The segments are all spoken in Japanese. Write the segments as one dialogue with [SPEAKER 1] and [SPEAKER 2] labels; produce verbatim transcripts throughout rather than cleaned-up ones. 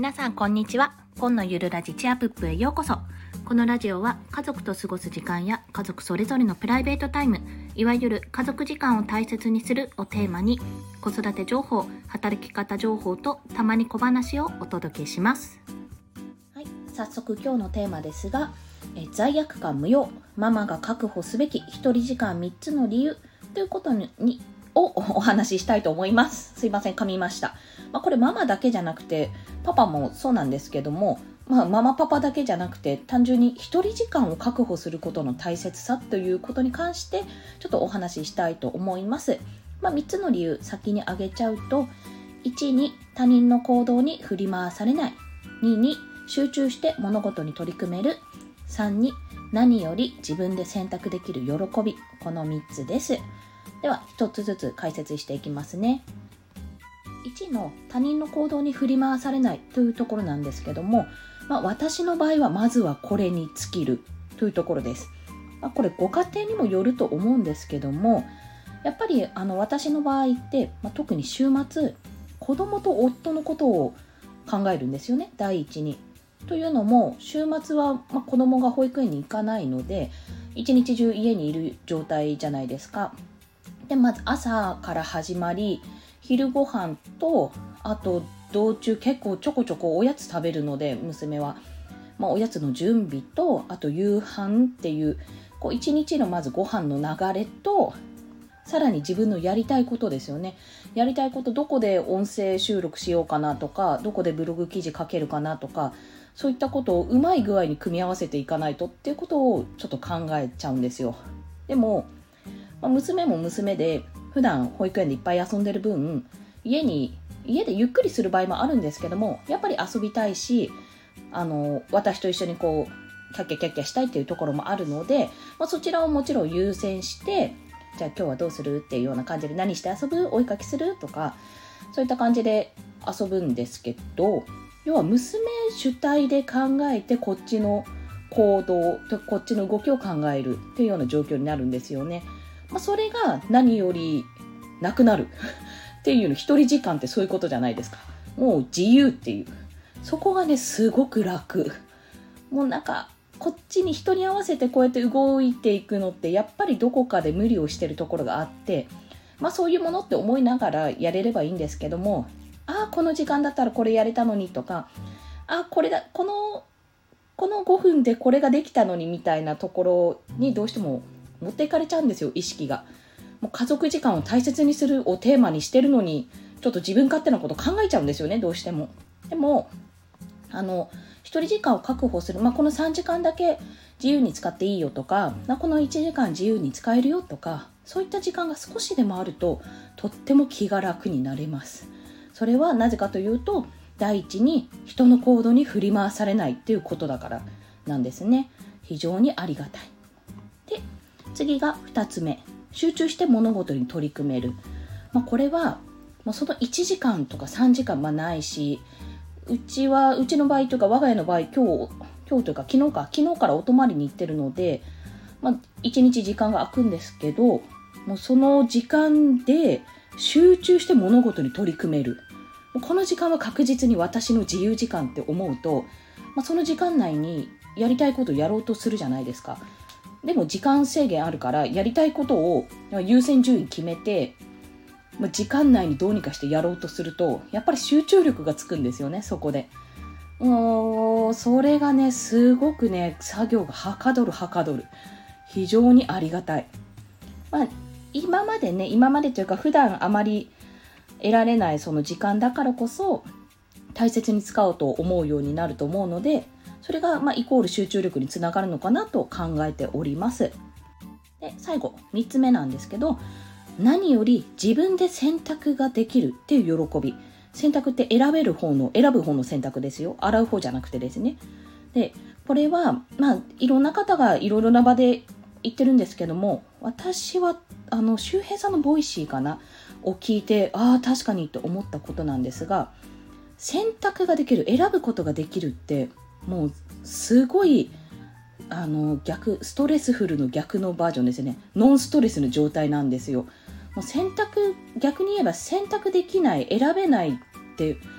[SPEAKER 1] 皆さんこんにちは。今のゆるラジチアプップへようこそ。このラジオは家族と過ごす時間や家族それぞれのプライベートタイム、いわゆる家族時間を大切にするをテーマに、子育て情報、働き方情報とたまに小話をお届けします。はい、早速今日のテーマですが、え罪悪感無用、ママが確保すべき一人時間みっつの理由ということにをお話ししたいと思います。すいません、噛みました。まあ、これママだけじゃなくてパパもそうなんですけども、まあ、ママパパだけじゃなくて単純に一人時間を確保することの大切さということに関してちょっとお話ししたいと思います。まあ、みっつの理由先に挙げちゃうと、いちに他人の行動に振り回されない、にに集中して物事に取り組める、さんに何より自分で選択できる喜び。このみっつです。ではひとつずつ解説していきますね。いちの他人の行動に振り回されないというところなんですけども、まあ、私の場合はまずはこれに尽きるというところです。まあ、これご家庭にもよると思うんですけども、やっぱりあの私の場合って、まあ、特に週末子供と夫のことを考えるんですよね、第一に。というのも週末は、まあ、子供が保育園に行かないので一日中家にいる状態じゃないですか。でまず朝から始まり、昼ご飯とあと道中結構ちょこちょこおやつ食べるので、娘は、まあ、おやつの準備とあと夕飯っていうこう一日のまずご飯の流れと、さらに自分のやりたいことですよね。やりたいこと、どこで音声収録しようかなとか、どこでブログ記事書けるかなとか、そういったことをうまい具合に組み合わせていかないとっていうことをちょっと考えちゃうんですよ。でも、まあ、娘も娘で普段保育園でいっぱい遊んでる分、家に家でゆっくりする場合もあるんですけども、やっぱり遊びたいし、あの私と一緒にこうキャッキャキャッキャしたいっていうところもあるので、まあ、そちらをもちろん優先して、じゃあ今日はどうするっていうような感じで、何して遊ぶ、お絵かきするとか、そういった感じで遊ぶんですけど、要は娘主体で考えてこっちの行動とこっちの動きを考えるっていうような状況になるんですよね。まあ、それが何よりなくなるっていうの、一人時間ってそういうことじゃないですか。もう自由っていう、そこがねすごく楽。もうなんかこっちに人に合わせてこうやって動いていくのってやっぱりどこかで無理をしてるところがあって、まあそういうものって思いながらやれればいいんですけども、ああこの時間だったらこれやれたのにとか、あこれだこのこのごふんでこれができたのにみたいなところにどうしても持っていかれちゃうんですよ、意識が。もう家族時間を大切にするをテーマにしてるのに、ちょっと自分勝手なこと考えちゃうんですよね、どうしても。でもあの一人時間を確保する、まあ、このさんじかんだけ自由に使っていいよとか、このいちじかん自由に使えるよとか、そういった時間が少しでもあるととっても気が楽になれます。それはなぜかというと、第一に人の行動に振り回されないっていうことだからなんですね。非常にありがたい。で次がふたつめ、集中して物事に取り組める。まあ、これはもうそのいちじかんとかさんじかん、まあ、ないし、うちはうちの場合というか我が家の場合、今日今日というか昨日か昨日からお泊まりに行ってるので、まあ、いちにち時間が空くんですけど、もうその時間で集中して物事に取り組める。この時間は確実に私の自由時間って思うと、まあ、その時間内にやりたいことをやろうとするじゃないですか。でも時間制限あるから、やりたいことを優先順位決めて、まあ、時間内にどうにかしてやろうとすると、やっぱり集中力がつくんですよね、そこで。もうそれがねすごくね作業がはかどるはかどる。非常にありがたい。まあ、今までね今までというか普段あまり得られないその時間だからこそ大切に使おうと思うようになると思うので、それがまあイコール集中力につながるのかなと考えております。で最後みっつめなんですけど、何より自分で選択ができるっていう喜び。選択って選べる方の選ぶ方の選択ですよ、洗う方じゃなくてですね。でこれはまあいろんな方がいろいろな場で言ってるんですけども、私はあの周平さんのボイシーかなを聞いて、ああ確かにと思ったことなんですが、選択ができる、選ぶことができるってもうすごいあの逆ストレスフルの逆のバージョンですね。ノンストレスの状態なんですよ。もう選択逆に言えば選択できない、選べないって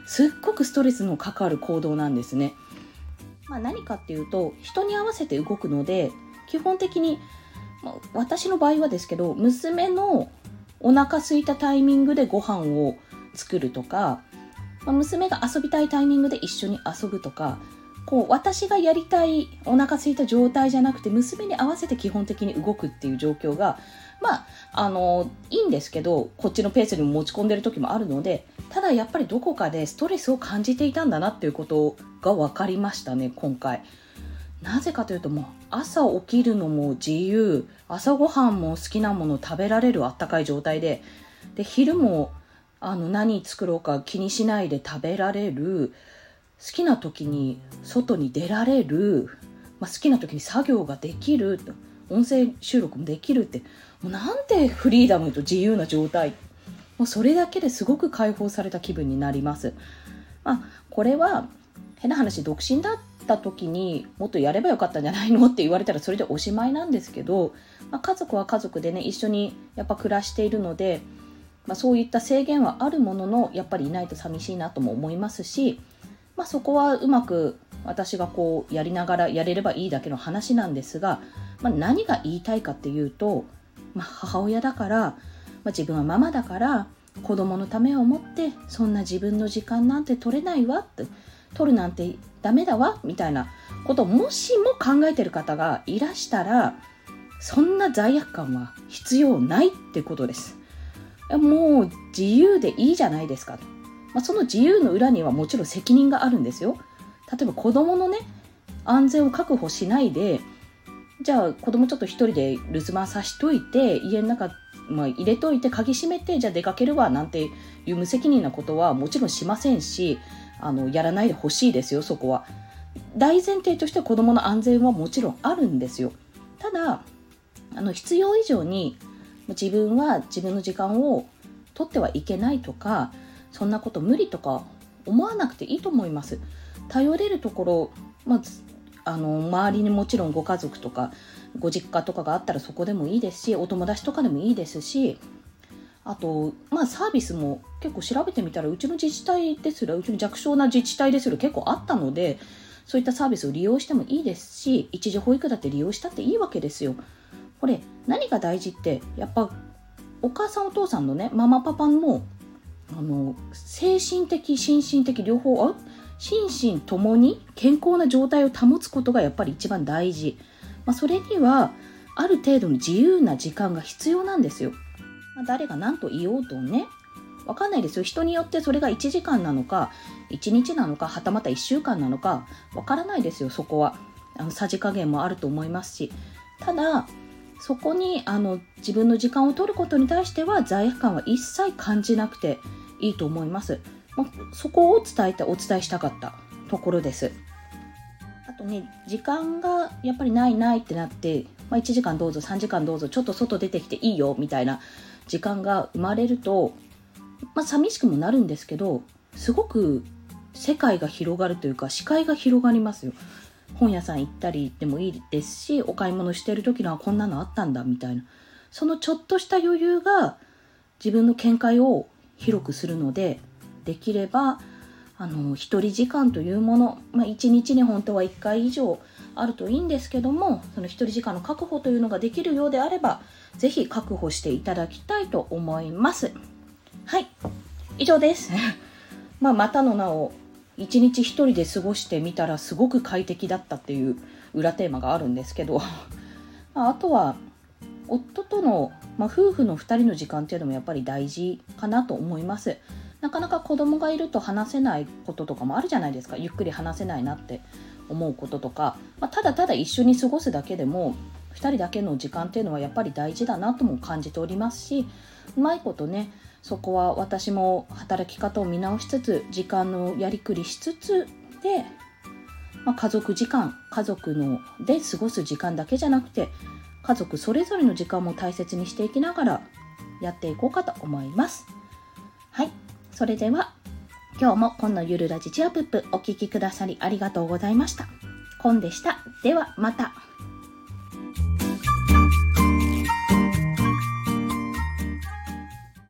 [SPEAKER 2] すっごくストレスのかかる行動なんですね。まあ、何かっていうと、人に合わせて動くので、基本的に、まあ、私の場合はですけど、娘のお腹空いたタイミングでご飯を作るとか、まあ、娘が遊びたいタイミングで一緒に遊ぶとか、こう私がやりたいお腹空いた状態じゃなくて、娘に合わせて基本的に動くっていう状況が、まあ、あのいいんですけど、こっちのペースにも持ち込んでる時もあるので、ただやっぱりどこかでストレスを感じていたんだなっていうことが分かりましたね、今回。なぜかというと、もう朝起きるのも自由、朝ごはんも好きなもの食べられるあったかい状態で、で昼もあの何作ろうか気にしないで食べられる、好きな時に外に出られる、まあ、好きな時に作業ができる、音声収録もできるって、もうなんてフリーダムと自由な状態。もうそれだけですごく解放された気分になります。まあ、これは変な話、独身だった時にもっとやればよかったんじゃないのって言われたらそれでおしまいなんですけど、まあ、家族は家族でね、一緒にやっぱ暮らしているので、まあ、そういった制限はあるものの、やっぱりいないと寂しいなとも思いますし、まあ、そこはうまく私がこうやりながらやれればいいだけの話なんですが、まあ、何が言いたいかっていうと、まあ、母親だから、まあ、自分はママだから子供のためを思ってそんな自分の時間なんて取れないわって、取るなんてダメだわみたいなことをもしも考えてる方がいらしたら、そんな罪悪感は必要ないってことです。もう自由でいいじゃないですかと。まあ、その自由の裏にはもちろん責任があるんですよ。例えば子供のね、安全を確保しないで、じゃあ子供ちょっと一人で留守番さしといて、家の中、まあ、入れといて鍵閉めて、じゃあ出かけるわなんていう無責任なことはもちろんしませんし、あのやらないでほしいですよ。そこは大前提として子供の安全はもちろんあるんですよ。ただあの必要以上に自分は自分の時間を取ってはいけないとか、そんなこと無理とか思わなくていいと思います。頼れるところ、まあ、あの周りにもちろんご家族とかご実家とかがあったらそこでもいいですし、お友達とかでもいいですし、あと、まあ、サービスも結構調べてみたら、うちの自治体ですら、うちの弱小な自治体ですら結構あったので、そういったサービスを利用してもいいですし、一時保育だって利用したっていいわけですよ。これ何が大事って、やっぱお母さんお父さんのね、ママパパのあの精神的心身的両方、あ心身ともに健康な状態を保つことがやっぱり一番大事。まあ、それにはある程度の自由な時間が必要なんですよ。まあ、誰が何と言おうとね、わかんないですよ。人によってそれがいちじかんなのかいちにちなのか、はたまたいっしゅうかんなのかわからないですよ。そこはあのさじ加減もあると思いますし、ただそこにあの自分の時間を取ることに対しては罪悪感は一切感じなくていいと思います。まあ、そこを伝えてお伝えしたかったところです。あとね、時間がやっぱりないないってなって、まあ、いちじかんどうぞさんじかんどうぞちょっと外出てきていいよみたいな時間が生まれると、まあ、寂しくもなるんですけど、すごく世界が広がるというか視界が広がりますよ。本屋さん行ったりでもいいですし、お買い物してる時のはこんなのあったんだみたいな、そのちょっとした余裕が自分の見解を広くするので、できればあの一人時間というもの、まあ、いちにちに本当はいっかい以上あるといいんですけども、その一人時間の確保というのができるようであれば、ぜひ確保していただきたいと思います。はい、以上です。まあ、またの名を一日一人で過ごしてみたらすごく快適だったっていう裏テーマがあるんですけどあとは夫との、まあ、夫婦のふたりの時間っていうのもやっぱり大事かなと思います。なかなか子供がいると話せないこととかもあるじゃないですか。ゆっくり話せないなって思うこととか、まあ、ただただ一緒に過ごすだけでもふたりだけの時間っていうのはやっぱり大事だなとも感じておりますし、うまいことね、そこは私も働き方を見直しつつ、時間のやりくりしつつで、まあ、家族時間、家族ので過ごす時間だけじゃなくて、家族それぞれの時間も大切にしていきながらやっていこうかと思います。はい、それでは今日もこんのゆるラジチアプップお聞きくださりありがとうございました。コンでした。ではまた。